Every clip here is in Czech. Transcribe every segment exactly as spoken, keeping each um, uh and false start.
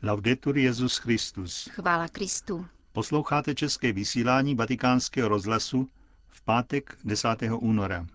Laudetur Jesus Christus. Chvála Kristu. Posloucháte české vysílání Vatikánského rozhlasu v pátek desátého února.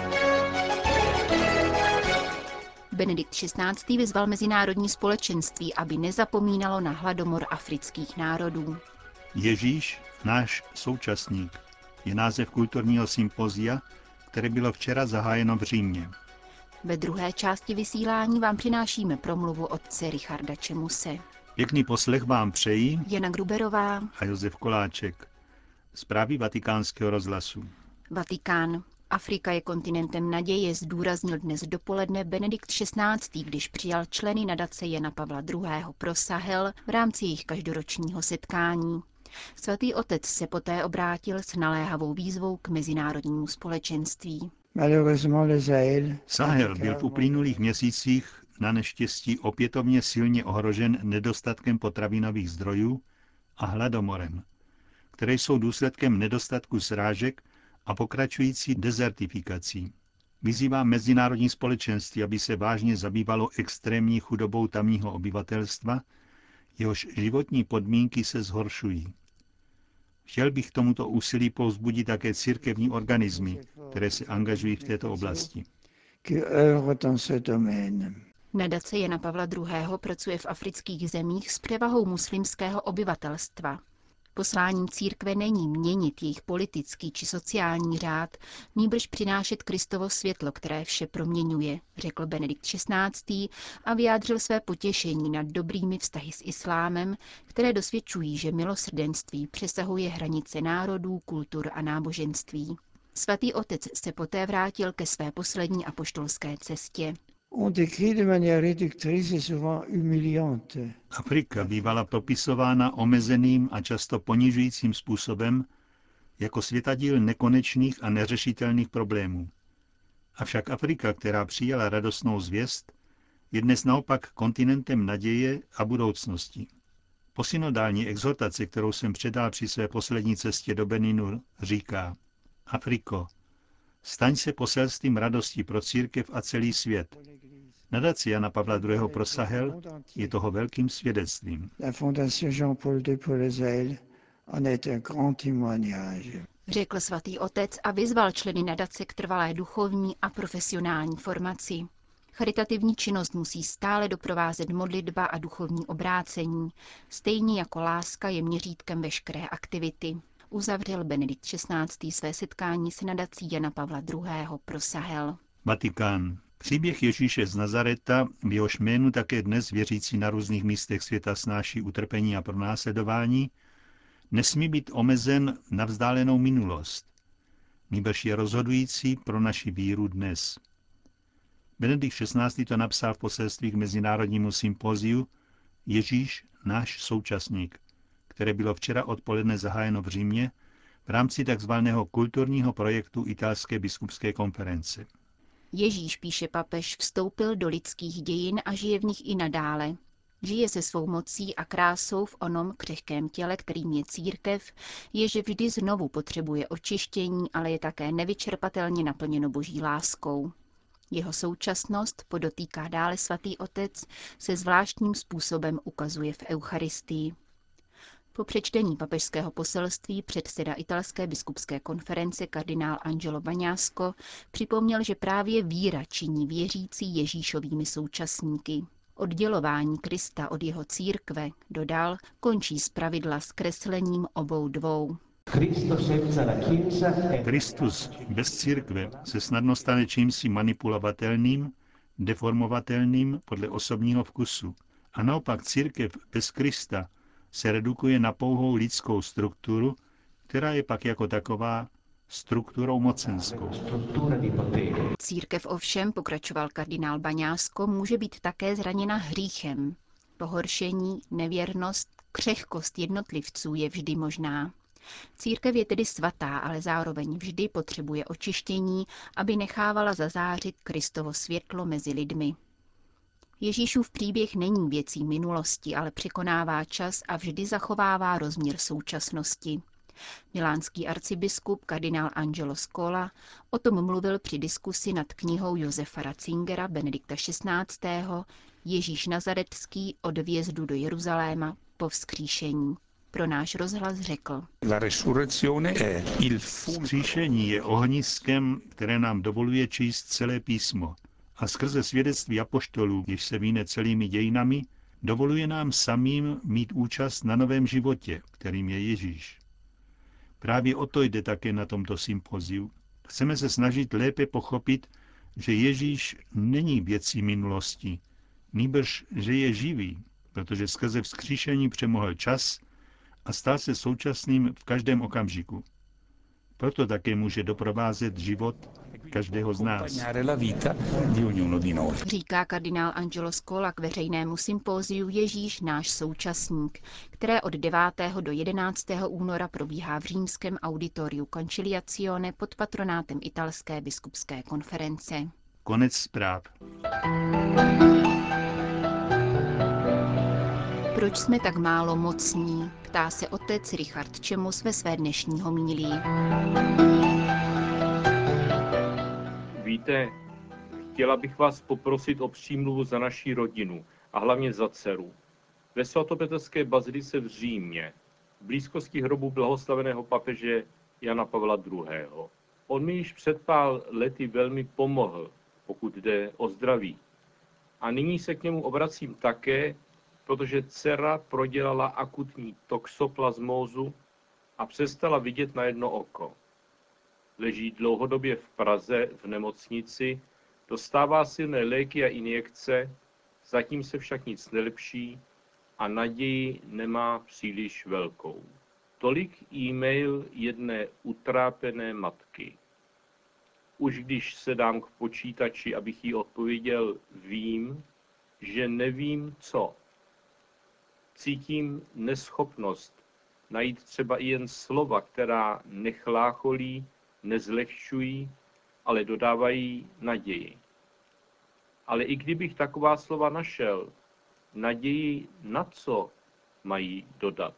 Benedikt šestnáctý vyzval mezinárodní společenství, aby nezapomínalo na hladomor afrických národů. Ježíš, náš současník, je název kulturního sympozia, které bylo včera zahájeno v Římě. Ve druhé části vysílání vám přinášíme promluvu otce Richarda Čemuse. Pěkný poslech vám přejí Jana Gruberová a Josef Koláček. Zprávy Vatikánského rozhlasu. Vatikán. Afrika je kontinentem naděje, zdůraznil dnes dopoledne Benedikt šestnáctý, když přijal členy nadace Jana Pavla druhého. pro Sahel v rámci jejich každoročního setkání. Svatý otec se poté obrátil s naléhavou výzvou k mezinárodnímu společenství. Sahel byl v uplynulých měsících na neštěstí opětovně silně ohrožen nedostatkem potravinových zdrojů a hladomorem, které jsou důsledkem nedostatku srážek a pokračující dezertifikací. Vyzývá mezinárodní společenství, aby se vážně zabývalo extrémní chudobou tamního obyvatelstva, jehož životní podmínky se zhoršují. Chtěl bych tomuto úsilí povzbudit také církevní organismy, které se angažují v této oblasti. Nadace Jana Pavla druhého. pracuje v afrických zemích s převahou muslimského obyvatelstva. Posláním církve není měnit jejich politický či sociální řád, nýbrž přinášet Kristovo světlo, které vše proměňuje, řekl Benedikt šestnáctý. a vyjádřil své potěšení nad dobrými vztahy s islámem, které dosvědčují, že milosrdenství přesahuje hranice národů, kultur a náboženství. Svatý otec se poté vrátil ke své poslední apoštolské cestě. Afrika bývala popisována omezeným a často ponižujícím způsobem jako světadíl nekonečných a neřešitelných problémů. Avšak Afrika, která přijala radostnou zvěst, je dnes naopak kontinentem naděje a budoucnosti. Posynodální exhortace, kterou jsem předal při své poslední cestě do Beninu, říká: Afriko, staň se poselstvím radosti pro církev a celý svět. Nadace Jana Pavla druhého. pro Sahel je toho velkým svědectvím. Řekl svatý otec a vyzval členy nadace k trvalé duchovní a profesionální formaci. Charitativní činnost musí stále doprovázet modlitba a duchovní obrácení, stejně jako láska je měřítkem veškeré aktivity. Uzavřel Benedikt šestnáctý. své setkání s nadací Jana Pavla druhého. pro Sahel. Vatikán. Příběh Ježíše z Nazareta, v jehož jménu také dnes věřící na různých místech světa snáší utrpení a pronásledování, nesmí být omezen na vzdálenou minulost, nýbrž je rozhodující pro naši víru dnes. Benedikt šestnáctý. to napsal v poselství k mezinárodnímu sympóziu Ježíš, náš současník, které bylo včera odpoledne zahájeno v Římě v rámci tzv. Kulturního projektu Italské biskupské konference. Ježíš, píše papež, vstoupil do lidských dějin a žije v nich i nadále. Žije se svou mocí a krásou v onom křehkém těle, kterým je církev, jež vždy znovu potřebuje očištění, ale je také nevyčerpatelně naplněno boží láskou. Jeho současnost, podotýká dále svatý otec, se zvláštním způsobem ukazuje v Eucharistii. Po přečtení papežského poselství předseda Italské biskupské konference kardinál Angelo Bagnasco připomněl, že právě víra činí věřící Ježíšovými současníky. Oddělování Krista od jeho církve, dodal, končí zpravidla zkreslením obou dvou. Kristus bez církve se snadno stane čímsi manipulovatelným, deformovatelným podle osobního vkusu. A naopak církev bez Krista se redukuje na pouhou lidskou strukturu, která je pak jako taková strukturou mocenskou. Církev ovšem, pokračoval kardinál Bagnasco, může být také zraněna hříchem. Pohoršení, nevěrnost, křehkost jednotlivců je vždy možná. Církev je tedy svatá, ale zároveň vždy potřebuje očištění, aby nechávala zazářit Kristovo světlo mezi lidmi. Ježíšův příběh není věcí minulosti, ale překonává čas a vždy zachovává rozměr současnosti. Milánský arcibiskup kardinál Angelo Scola o tom mluvil při diskusi nad knihou Josefa Ratzingera Benedikta šestnáctého. Ježíš Nazaretský od vjezdu do Jeruzaléma po vzkříšení. Pro náš rozhlas řekl: Vzkříšení je ohniskem, které nám dovoluje číst celé písmo a skrze svědectví apoštolů, jež se víne celými dějinami, dovoluje nám samým mít účast na novém životě, kterým je Ježíš. Právě o to jde také na tomto sympoziu. Chceme se snažit lépe pochopit, že Ježíš není věcí minulosti, nýbrž, že je živý, protože skrze vzkříšení přemohl čas a stal se současným v každém okamžiku. Proto také může doprovázet život každého z nás. Říká kardinál Angelo Scola k veřejnému sympóziu Ježíš náš současník, které od devátého do jedenáctého února probíhá v římském auditoriu Conciliazione pod patronátem italské biskupské konference. Konec zpráv. Proč jsme tak málo mocní? Ptá se otec Richard Čemus ve své dnešní homílii. Víte, chtěla bych vás poprosit o přímluvu za naši rodinu a hlavně za dceru. Ve svatopetrské bazilice v Římě, v blízkosti hrobu blahoslaveného papeže Jana Pavla druhého. On mi již před pár lety velmi pomohl, pokud jde o zdraví. A nyní se k němu obracím také, protože dcera prodělala akutní toxoplasmózu a přestala vidět na jedno oko. Leží dlouhodobě v Praze v nemocnici, dostává silné léky a injekce, zatím se však nic nelepší a naději nemá příliš velkou. Tolik e-mail jedné utrápené matky. Už když sedám k počítači, abych jí odpověděl, vím, že nevím co. Cítím neschopnost najít třeba i jen slova, která nechlácholí, nezlehčují, ale dodávají naději. Ale i kdybych taková slova našel, naději na co mají dodat?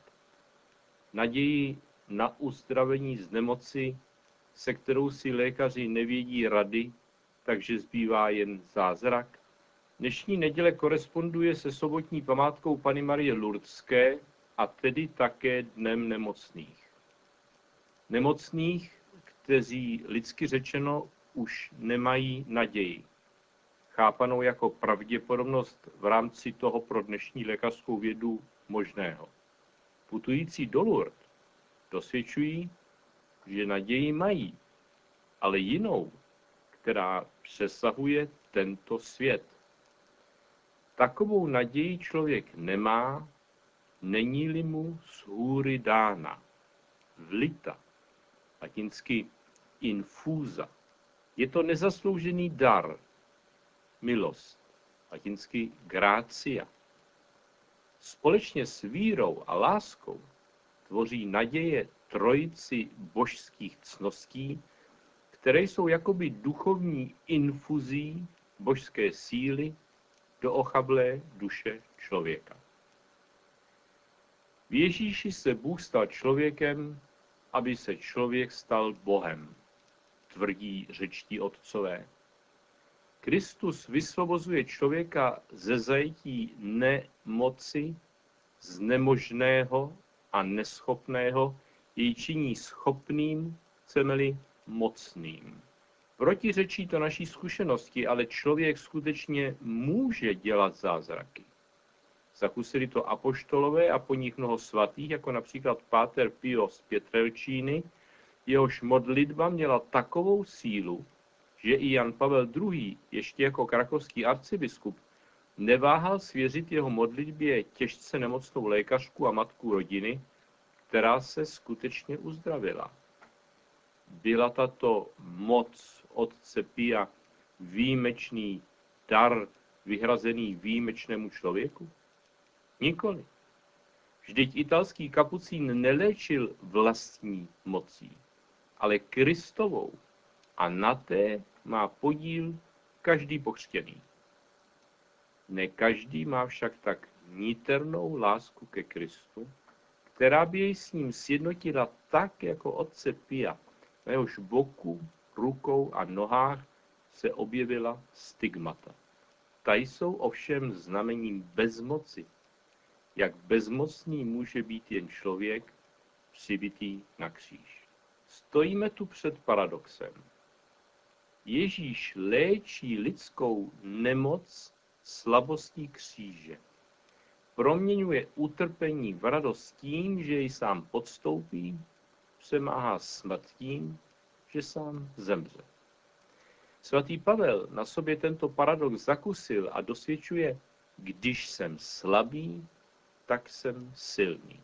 Naději na uzdravení z nemoci, se kterou si lékaři nevědí rady, takže zbývá jen zázrak? Dnešní neděle koresponduje se sobotní památkou Panny Marie Lurdské a tedy také dnem nemocných. Nemocných, kteří lidsky řečeno už nemají naději, chápanou jako pravděpodobnost v rámci toho pro dnešní lékařskou vědu možného. Putující do Lourdes dosvědčují, že naději mají, ale jinou, která přesahuje tento svět. Takovou naději člověk nemá, není-li mu z hůry dána, vlita, latinsky infusa. Je to nezasloužený dar, milost, latinsky gratia. Společně s vírou a láskou tvoří naděje trojici božských cností, které jsou jakoby duchovní infuzí božské síly do ochablé duše člověka. V Ježíši se Bůh stal člověkem, aby se člověk stal Bohem, tvrdí řečtí otcové. Kristus vysvobozuje člověka ze zajetí nemoci, z nemožného a neschopného, jej činí schopným, chceme-li mocným. Protiřečí to naší zkušenosti, ale člověk skutečně může dělat zázraky. Zakusili to apoštolové a po nich mnoho svatých, jako například páter Pio z Pietrelcíny, jehož modlitba měla takovou sílu, že i Jan Pavel druhý., ještě jako krakovský arcibiskup, neváhal svěřit jeho modlitbě těžce nemocnou lékařku a matku rodiny, která se skutečně uzdravila. Byla tato moc otce Pia výjimečný dar vyhrazený výjimečnému člověku? Nikoli. Vždyť italský kapucín neléčil vlastní mocí, ale Kristovou, a na té má podíl každý pokřtěný. Ne každý má však tak niternou lásku ke Kristu, která by jej s ním sjednotila tak, jako otce Pia, na jehož boku, rukou a nohách se objevila stigmata. Ta jsou ovšem znamením bezmoci. Jak bezmocný může být jen člověk přibitý na kříž. Stojíme tu před paradoxem. Ježíš léčí lidskou nemoc slabostí kříže. Proměňuje utrpení v radost tím, že ji sám podstoupí, přemáhá smrt tím, že sám zemře. Svatý Pavel na sobě tento paradox zakusil a dosvědčuje, když jsem slabý, tak jsem silný.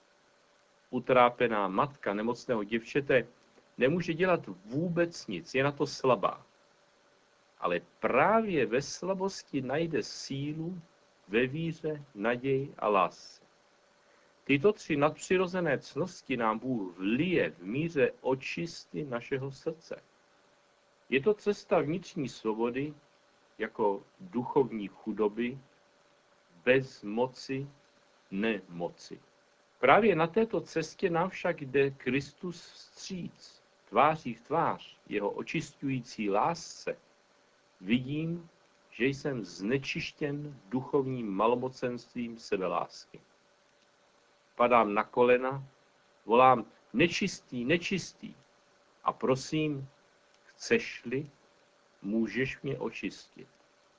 Utrápená matka nemocného děvčete nemůže dělat vůbec nic, je na to slabá. Ale právě ve slabosti najde sílu, ve víře, naději a lásce. Tyto tři nadpřirozené cnosti nám Bůh vlije v míře očisty našeho srdce. Je to cesta vnitřní svobody jako duchovní chudoby, bez moci, nemoci. Právě na této cestě nám však jde Kristus vstříc, tváří v tvář jeho očišťující lásce. Vidím, že jsem znečištěn duchovním malomocenstvím sebelásky. Padám na kolena, volám nečistý, nečistý a prosím, chceš-li, můžeš mě očistit.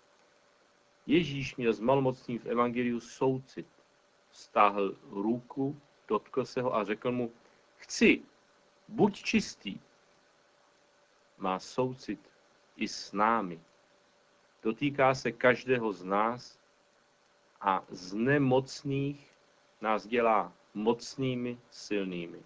Ježíš měl s malomocným v evangeliu soucit. Stáhl ruku, dotkl se ho a řekl mu, chci, buď čistý. Má soucit i s námi. Dotýká se každého z nás a z nemocných nás dělá mocnými, silnými.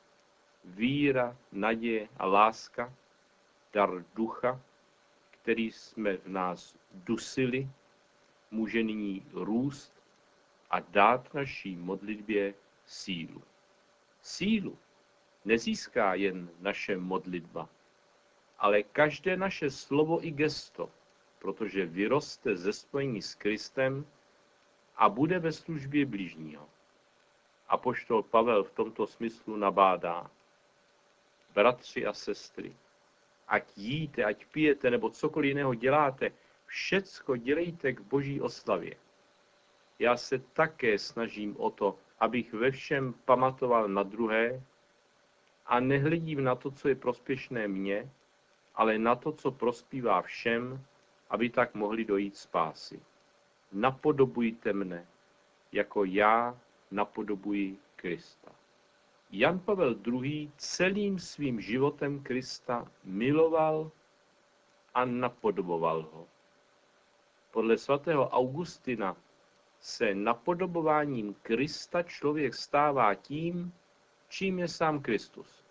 Víra, naděje a láska, dar ducha, který jsme v nás dusili, může nyní růst a dát naší modlitbě sílu. Sílu nezíská jen naše modlitba, ale každé naše slovo i gesto, protože vyroste ze spojení s Kristem a bude ve službě bližního. Apoštol Pavel v tomto smyslu nabádá. Bratři a sestry, ať jíte, ať pijete, nebo cokoliv jiného děláte, všecko dělejte k Boží oslavě. Já se také snažím o to, abych ve všem pamatoval na druhé a nehledím na to, co je prospěšné mně, ale na to, co prospívá všem, aby tak mohli dojít spásy. Napodobujte mne, jako já napodobuji Krista. Jan Pavel druhý. celým svým životem Krista miloval a napodoboval ho. Podle svatého Augustina se napodobováním Krista člověk stává tím, čím je sám Kristus.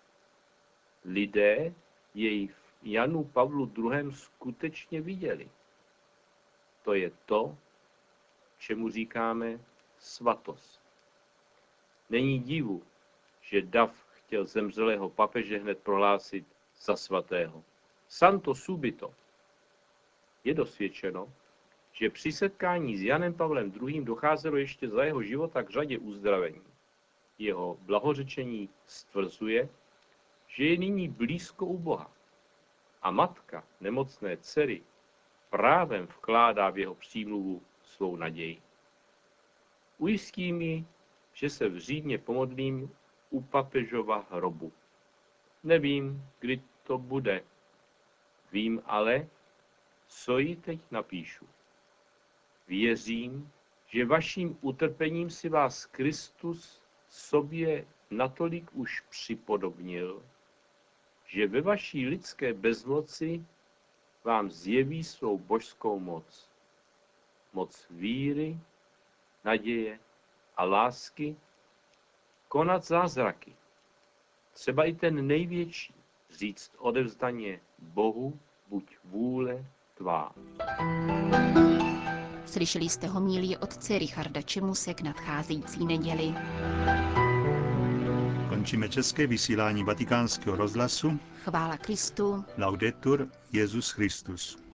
Lidé jej v Janu Pavlu druhém. skutečně viděli. To je to, čemu říkáme svatost. Není divu, že dav chtěl zemřelého papeže hned prohlásit za svatého. Santo subito. Je dosvědčeno, že při setkání s Janem Pavlem druhým. docházelo ještě za jeho života k řadě uzdravení. Jeho blahořečení stvrzuje, že je nyní blízko u Boha. A matka nemocné dcery právem vkládá v jeho přímluvu svou naději. Ujistí mi, že se v Římě pomodlím u papežova hrobu. Nevím, kdy to bude. Vím ale, co jí teď napíšu. Věřím, že vaším utrpením si vás Kristus sobě natolik už připodobnil, že ve vaší lidské bezmoci vám zjeví svou božskou moc. Moc víry, naděje a lásky konat zázraky. Třeba i ten největší, říct odevzdaně Bohu, buď vůle tvá. Slyšeli jste homílii otce Richarda Čemuse k nadcházející neděli. Končíme české vysílání Vatikánského rozhlasu. Chvála Kristu. Laudetur Jesus Christus.